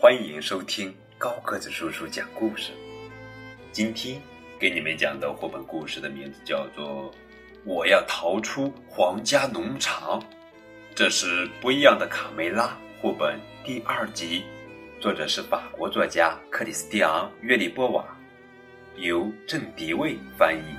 欢迎收听高个子叔叔讲故事。今天给你们讲的绘本故事的名字叫做《我要逃出皇家农场》，这是不一样的卡梅拉绘本第2集，作者是法国作家克里斯蒂昂·约里波瓦，由郑迪卫翻译。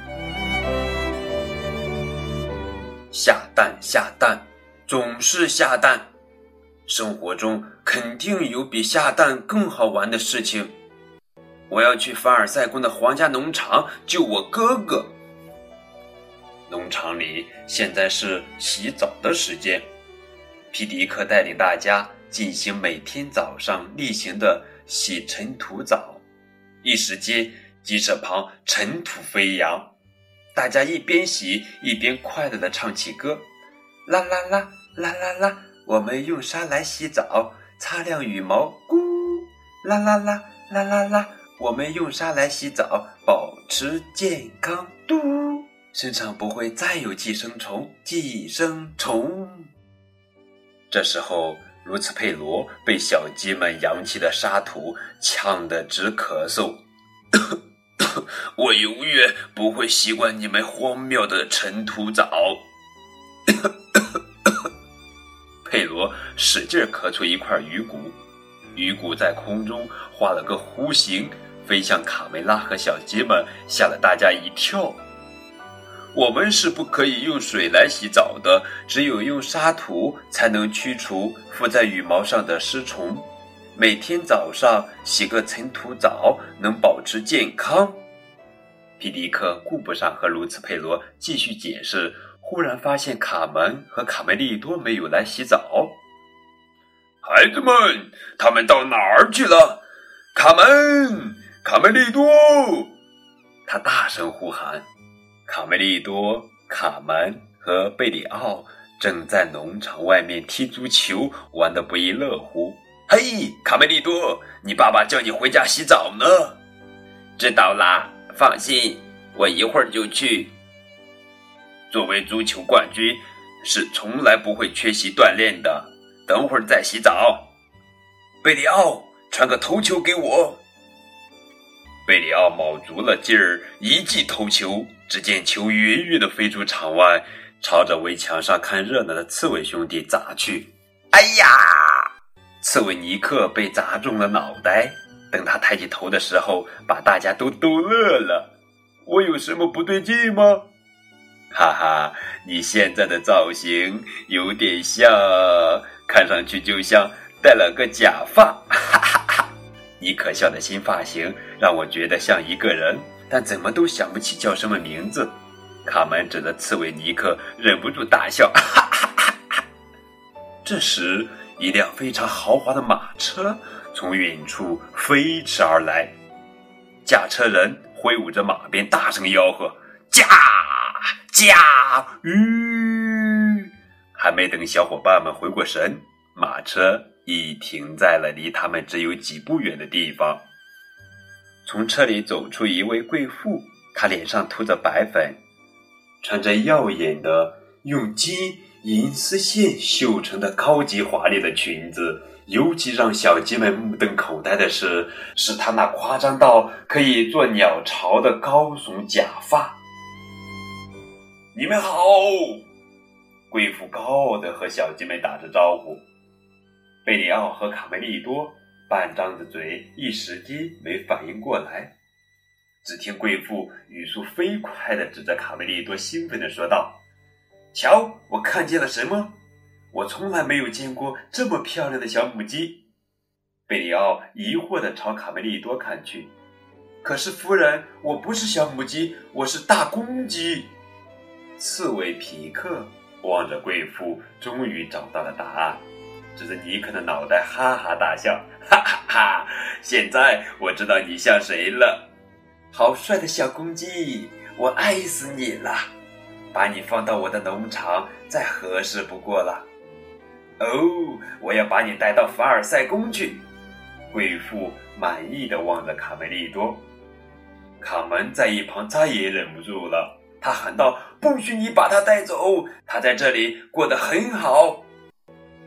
下蛋下蛋，总是下蛋，生活中肯定有比下蛋更好玩的事情。我要去凡尔赛宫的皇家农场救我哥哥。农场里现在是洗澡的时间，皮迪克带领大家进行每天早上例行的洗尘土澡。一时间，鸡舍旁尘土飞扬，大家一边洗一边快乐地唱起歌：啦啦啦啦啦啦，我们用沙来洗澡，擦亮羽毛，咕！啦啦啦啦啦啦，我们用沙来洗澡，保持健康，嘟！身上不会再有寄生虫，寄生虫。这时候，卢茨佩罗被小鸡们扬起的沙土呛得直咳嗽。我永远不会习惯你们荒谬的尘土澡。佩罗使劲咳出一块鱼骨，鱼骨在空中画了个弧形，飞向卡梅拉和小鸡们，吓了大家一跳。我们是不可以用水来洗澡的，只有用沙土才能驱除附在羽毛上的虱虫。每天早上洗个尘土澡，能保持健康。皮迪克顾不上和卢茨佩罗继续解释，忽然发现卡门和卡梅利多没有来洗澡。孩子们，他们到哪儿去了？卡门，卡梅利多！他大声呼喊。卡梅利多、卡门和贝里奥正在农场外面踢足球，玩得不亦乐乎。嘿，卡梅利多，你爸爸叫你回家洗澡呢。知道啦，放心，我一会儿就去。作为足球冠军，是从来不会缺席锻炼的。等会儿再洗澡。贝里奥，传个头球给我。贝里奥卯足了劲儿，一记头球，只见球远远地飞出场外，朝着围墙上看热闹的刺猬兄弟砸去。哎呀！刺猬尼克被砸中了脑袋，等他抬起头的时候，把大家都逗乐了。我有什么不对劲吗？哈哈，你现在的造型有点像，看上去就像戴了个假发。哈哈哈！你可笑的新发型让我觉得像一个人，但怎么都想不起叫什么名字。卡门指着刺猬尼克，忍不住大笑。哈哈哈哈！这时，一辆非常豪华的马车从远处飞驰而来，驾车人挥舞着马鞭，大声吆喝：驾驾吁！还没等小伙伴们回过神，马车已停在了离他们只有几步远的地方。从车里走出一位贵妇，她脸上涂着白粉，穿着耀眼的用金银丝线绣成的高级华丽的裙子。尤其让小鸡们目瞪口呆的是她那夸张到可以做鸟巢的高耸假发。你们好！贵妇高傲地和小鸡们打着招呼。贝里奥和卡梅利多半张着嘴，一时间没反应过来。只听贵妇语速飞快地指着卡梅利多，兴奋地说道：瞧，我看见了什么？我从来没有见过这么漂亮的小母鸡。贝里奥疑惑地朝卡梅利多看去。可是夫人，我不是小母鸡，我是大公鸡。刺猬皮克望着贵妇，终于找到了答案，指着尼克的脑袋哈哈大笑。哈哈哈，现在我知道你像谁了。好帅的小公鸡，我爱死你了。把你放到我的农场再合适不过了。哦，我要把你带到凡尔赛宫去。贵妇满意地望着卡梅利多。卡门在一旁再也忍不住了，他喊道：不许你把他带走，他在这里过得很好。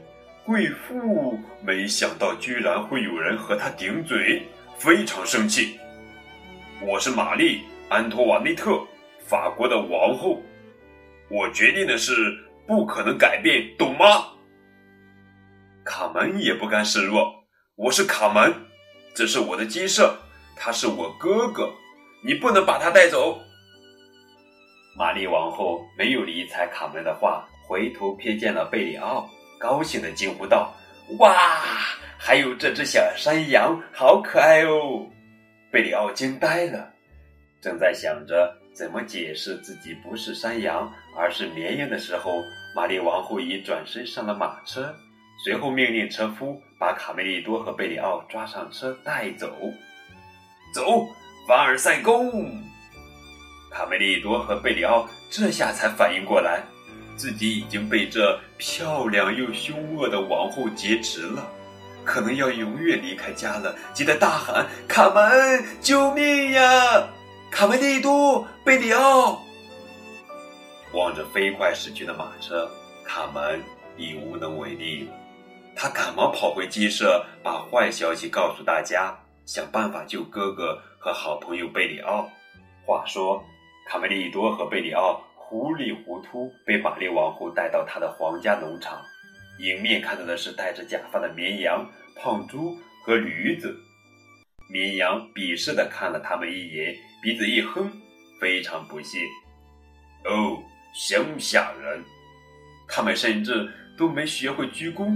贵妇没想到居然会有人和她顶嘴，非常生气。我是玛丽·安托瓦内特，法国的王后，我决定的事不可能改变，懂吗？卡门也不甘示弱，我是卡门，这是我的鸡舍，他是我哥哥，你不能把他带走。玛丽王后没有理睬卡门的话，回头瞥见了贝里奥，高兴地惊呼道：哇，还有这只小山羊，好可爱哦！贝里奥惊呆了，正在想着怎么解释自己不是山羊而是绵羊的时候，玛丽王后已转身上了马车，随后命令车夫把卡梅利多和贝里奥抓上车带走。走，凡尔赛宫！卡梅利多和贝里奥这下才反应过来，自己已经被这漂亮又凶恶的王后劫持了，可能要永远离开家了，急得大喊：卡门，救命呀！卡梅利多，贝里奥！望着飞快驶去的马车，卡门已无能为力了。他赶忙跑回鸡舍，把坏消息告诉大家，想办法救哥哥和好朋友贝里奥。话说，卡梅利多和贝里奥糊里糊涂被玛丽王后带到她的皇家农场，迎面看到的是戴着假发的绵羊、胖猪和驴子。绵羊鄙视地看了他们一眼，鼻子一哼，非常不屑。哦，乡下人，他们甚至都没学会鞠躬。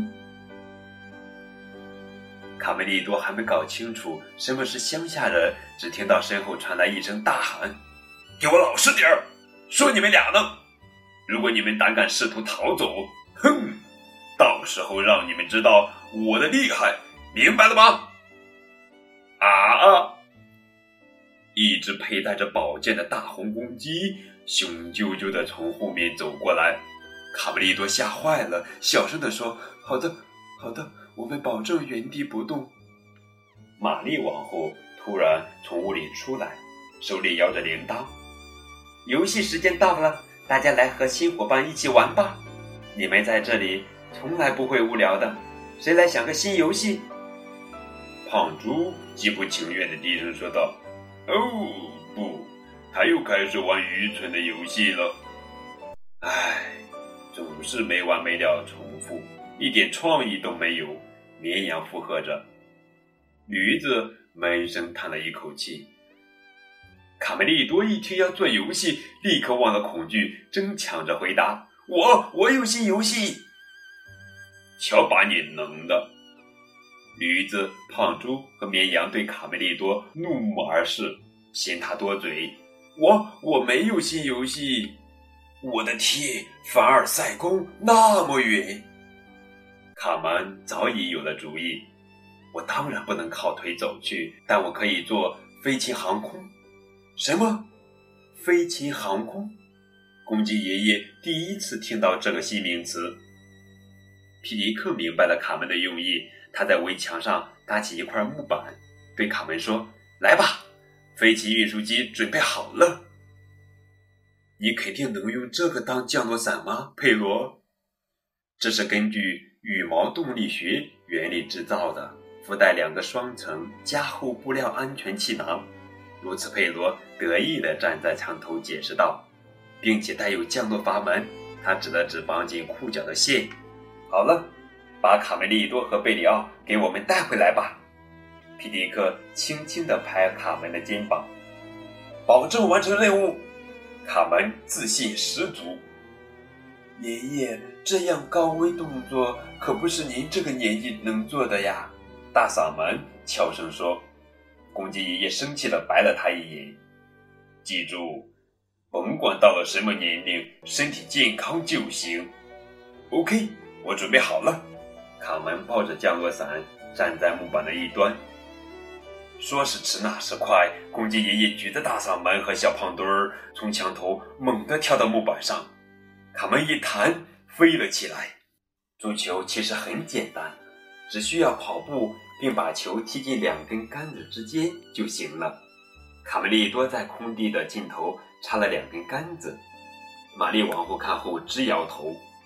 卡梅利多还没搞清楚什么是乡下人，只听到身后传来一声大喊：给我老实点儿！说你们俩呢？如果你们胆敢试图逃走，哼，到时候让你们知道我的厉害，明白了吗？啊！一只佩戴着宝剑的大红公鸡雄赳赳地从后面走过来，卡梅利多吓坏了，小声地说：好的，好的，我们保证原地不动。玛丽王后突然从屋里出来，手里摇着铃铛。游戏时间到了，大家来和新伙伴一起玩吧！你们在这里从来不会无聊的，谁来想个新游戏？胖猪极不情愿地低声说道：哦，不，他又开始玩愚蠢的游戏了。唉，总是没完没了重复，一点创意都没有。绵羊附和着，驴子闷声叹了一口气。卡梅利多一听要做游戏，立刻忘了恐惧，争抢着回答：我有新游戏。瞧把你能的！驴子、胖猪和绵羊对卡梅利多怒目而视，嫌他多嘴。我没有新游戏。我的天，凡尔赛宫那么远。卡门早已有了主意，我当然不能靠腿走去，但我可以坐飞禽航空。什么？飞禽航空？公鸡爷爷第一次听到这个新名词。皮迪克明白了卡门的用意，他在围墙上搭起一块木板，对卡门说：来吧，飞禽运输机准备好了。你肯定能用这个当降落伞吗，佩罗？这是根据羽毛动力学原理制造的，附带2个双层加厚布料安全气囊。如此，佩罗得意地站在墙头解释道，并且带有降落阀门。他指了指绑紧裤脚的线。好了，把卡梅利多和贝里奥给我们带回来吧。皮迪克轻轻地拍卡门的肩膀，保证完成任务。卡门自信十足。爷爷，这样高危动作可不是您这个年纪能做的呀。大嗓门悄声说。公鸡爷爷生气地白了他一眼。记住，甭管到了什么年龄，身体健康就行。OK， 我准备好了。卡门抱着降落伞站在木板的一端。说时迟那时快，公鸡爷爷举着大嗓门和小胖墩儿从墙头猛地跳到木板上，卡门一弹飞了起来。足球其实很简单，只需要跑步并把球踢进2根杆子之间就行了。卡梅利多在空地的尽头插了2根杆子，玛丽王后看后直摇头。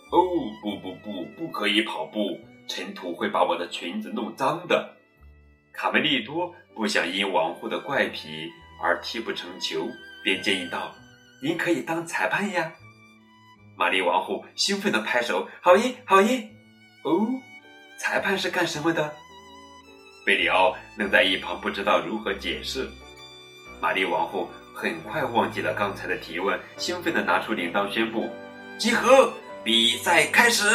哦，不可以跑步，尘土会把我的裙子弄脏的。卡梅利多不想因王后的怪癖而踢不成球，便建议道：您可以当裁判呀。玛丽王后兴奋地拍手：好耶，好耶！哦，裁判是干什么的？贝里奥愣在一旁，不知道如何解释。玛丽王后很快忘记了刚才的提问，兴奋地拿出铃铛宣布：集合，比赛开始！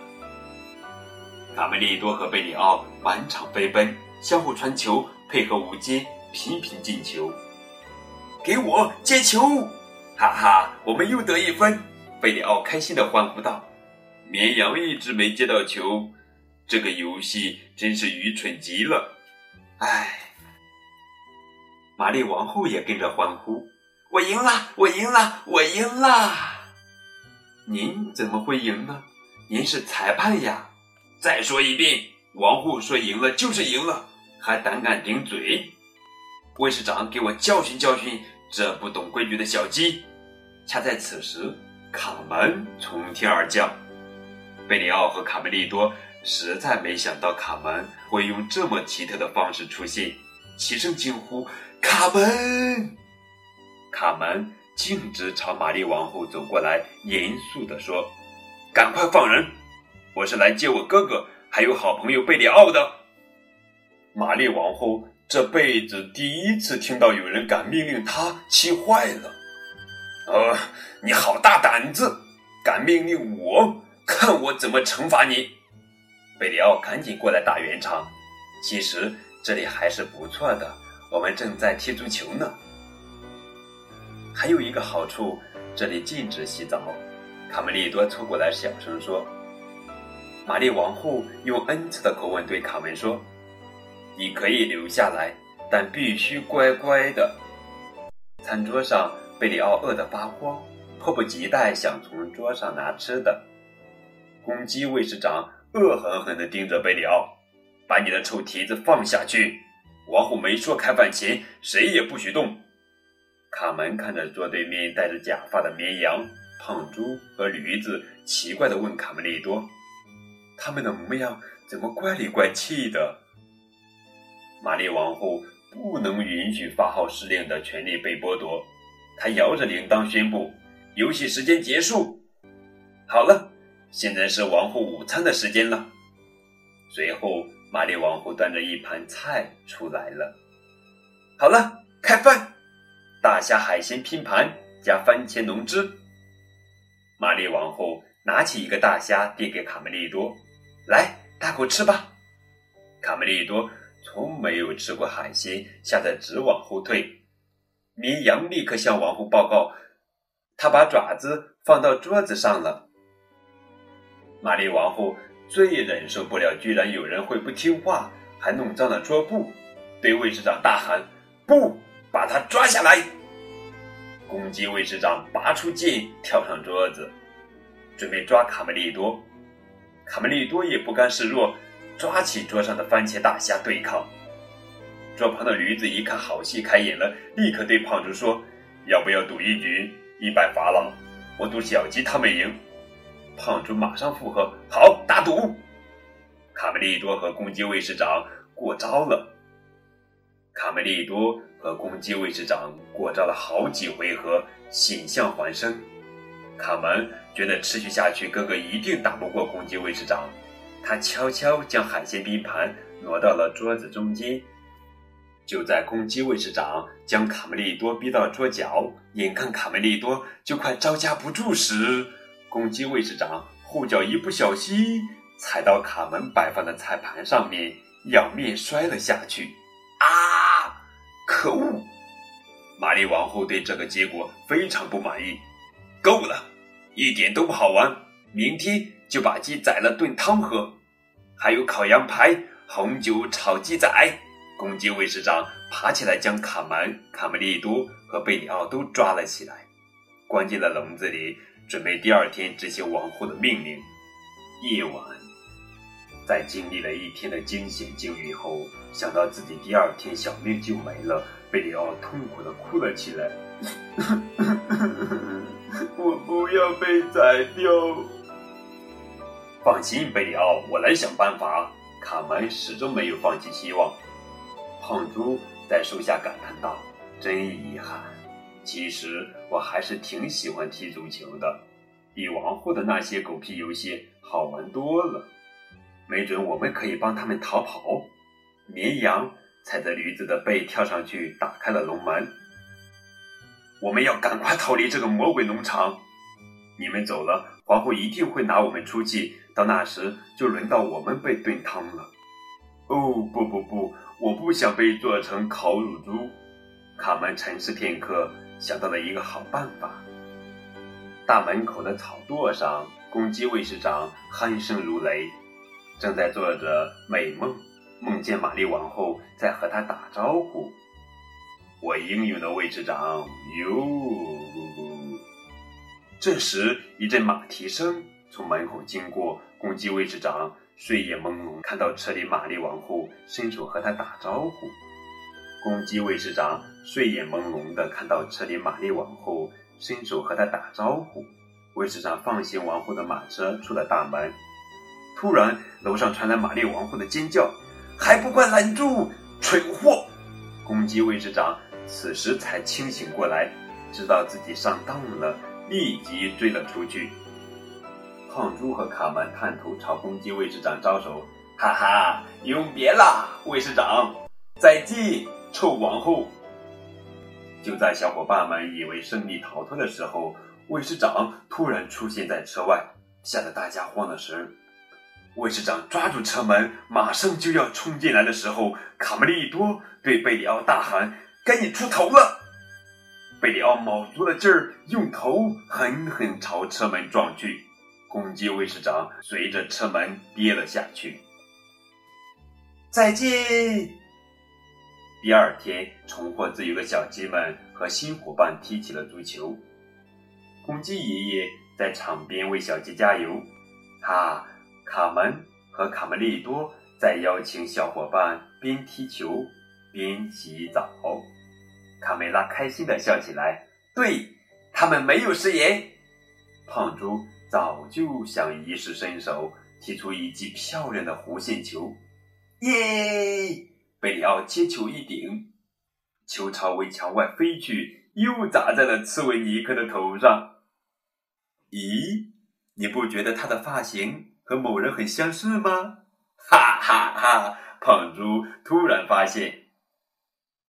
卡梅利多和贝里奥满场飞奔，相互传球，配合无间，频频进球。给我接球！哈哈，我们又得一分！贝里奥开心地欢呼道：绵羊一直没接到球，这个游戏真是愚蠢极了。唉，玛丽王后也跟着欢呼：我赢了，我赢了，我赢了！您怎么会赢呢？您是裁判呀！再说一遍，王后说赢了就是赢了，还胆敢顶嘴！卫士长给我教训教训这不懂规矩的小鸡！恰在此时，卡门从天而降。贝里奥和卡梅利多实在没想到卡门会用这么奇特的方式出现，齐声惊呼：卡门！卡门径直朝玛丽王后走过来，严肃地说：赶快放人，我是来接我哥哥还有好朋友贝里奥的。玛丽王后这辈子第一次听到有人敢命令她，气坏了。你好大胆子，敢命令我，看我怎么惩罚你！贝里奥赶紧过来打圆场。其实这里还是不错的，我们正在踢足球呢。还有一个好处，这里禁止洗澡。卡梅利多凑过来小声说。玛丽王后用恩赐的口吻对卡门说：你可以留下来，但必须乖乖的。餐桌上，贝里奥饿得发慌，迫不及待想从桌上拿吃的。公鸡卫士长恶狠狠地盯着贝里奥：把你的臭蹄子放下去！王后没说开饭前谁也不许动。卡门看着桌对面戴着假发的绵羊、胖猪和驴子，奇怪地问卡梅利多：他们的模样怎么怪里怪气的？玛丽王后不能允许发号施令的权利被剥夺，她摇着铃铛宣布：游戏时间结束。好了，现在是王后午餐的时间了。随后，玛丽王后端着一盘菜出来了。好了，开饭！大虾海鲜拼盘加番茄浓汁。玛丽王后拿起一个大虾递给卡梅利多：来，大口吃吧。卡梅利多从没有吃过海鲜，吓得直往后退。绵羊立刻向王后报告，他把爪子放到桌子上了。玛丽王后最忍受不了居然有人会不听话，还弄脏了桌布，对卫士长大喊：不，把他抓下来！公鸡卫士长拔出剑，跳上桌子，准备抓卡梅利多。卡梅利多也不甘示弱，抓起桌上的番茄大虾对抗。桌旁的驴子一看好戏开演了，立刻对胖猪说：要不要赌一局100法郎？我赌小鸡他们赢。胖猪马上附和：好，打赌！卡梅利多和公鸡卫士长过招了。卡梅利多和公鸡卫士长过招了好几回合，险象环生。卡门觉得持续下去，哥哥一定打不过公鸡卫士长。他悄悄将海鲜冰盘挪到了桌子中间。就在公鸡卫士长将卡梅利多逼到桌角，眼看卡梅利多就快招架不住时，公鸡卫士长后脚一不小心踩到卡门摆放的菜盘上面，仰面摔了下去。啊！可恶！玛丽王后对这个结果非常不满意。够了，一点都不好玩，明天就把鸡宰了炖汤喝，还有烤羊排、红酒炒鸡仔。公鸡卫士长爬起来将卡门、卡梅利多和贝里奥都抓了起来，关进了笼子里，准备第二天执行王后的命令。夜晚，在经历了一天的惊险境遇后，想到自己第二天小命就没了，贝里奥痛苦地哭了起来。我不要被宰掉！ 放心，贝里奥，我来想办法。卡门始终没有放弃希望。胖猪在树下感叹道：“真遗憾，其实我还是挺喜欢踢足球的，比王后的那些狗屁游戏好玩多了。没准我们可以帮他们逃跑。”绵羊踩着驴子的背跳上去，打开了笼门。我们要赶快逃离这个魔鬼农场。你们走了，皇后一定会拿我们出气，到那时就轮到我们被炖汤了。哦，不，我不想被做成烤乳猪。卡门沉思片刻，想到了一个好办法。大门口的草垛上，公鸡卫士长鼾声如雷，正在做着美梦，梦见玛丽王后在和他打招呼。我英勇的卫士长哟！这时一阵马蹄声从门口经过，公鸡卫士长睡眼朦胧，看到车里玛丽王后伸手和他打招呼。公鸡卫士长睡眼朦胧地看到车里玛丽王后伸手和他打招呼。卫士长放行王后的马车出了大门，突然楼上传来玛丽王后的尖叫：“还不快拦住，蠢货！”公鸡卫士长此时才清醒过来，知道自己上当了，立即追了出去。胖猪和卡门探头朝公鸡卫士长招手：“哈哈，永别啦，卫士长！再见，臭王后！”就在小伙伴们以为胜利逃脱的时候，卫士长突然出现在车外，吓得大家慌了神。卫士长抓住车门，马上就要冲进来的时候，卡梅利多对贝里奥大喊：“该你出头了！”贝里奥卯足了劲儿，用头狠狠朝车门撞去，公鸡卫士长随着车门跌了下去。再见！第二天，重获自由的小鸡们和新伙伴踢起了足球。公鸡爷爷在场边为小鸡加油，卡门和卡梅利多在邀请小伙伴边踢球边洗澡。卡梅拉开心地笑起来，对，他们没有食言。胖猪早就想一试身手，踢出一记漂亮的弧线球。耶！贝里奥接球一顶，球朝围墙外飞去，又砸在了刺猬尼克的头上。咦，你不觉得他的发型和某人很相似吗？哈哈哈！胖猪突然发现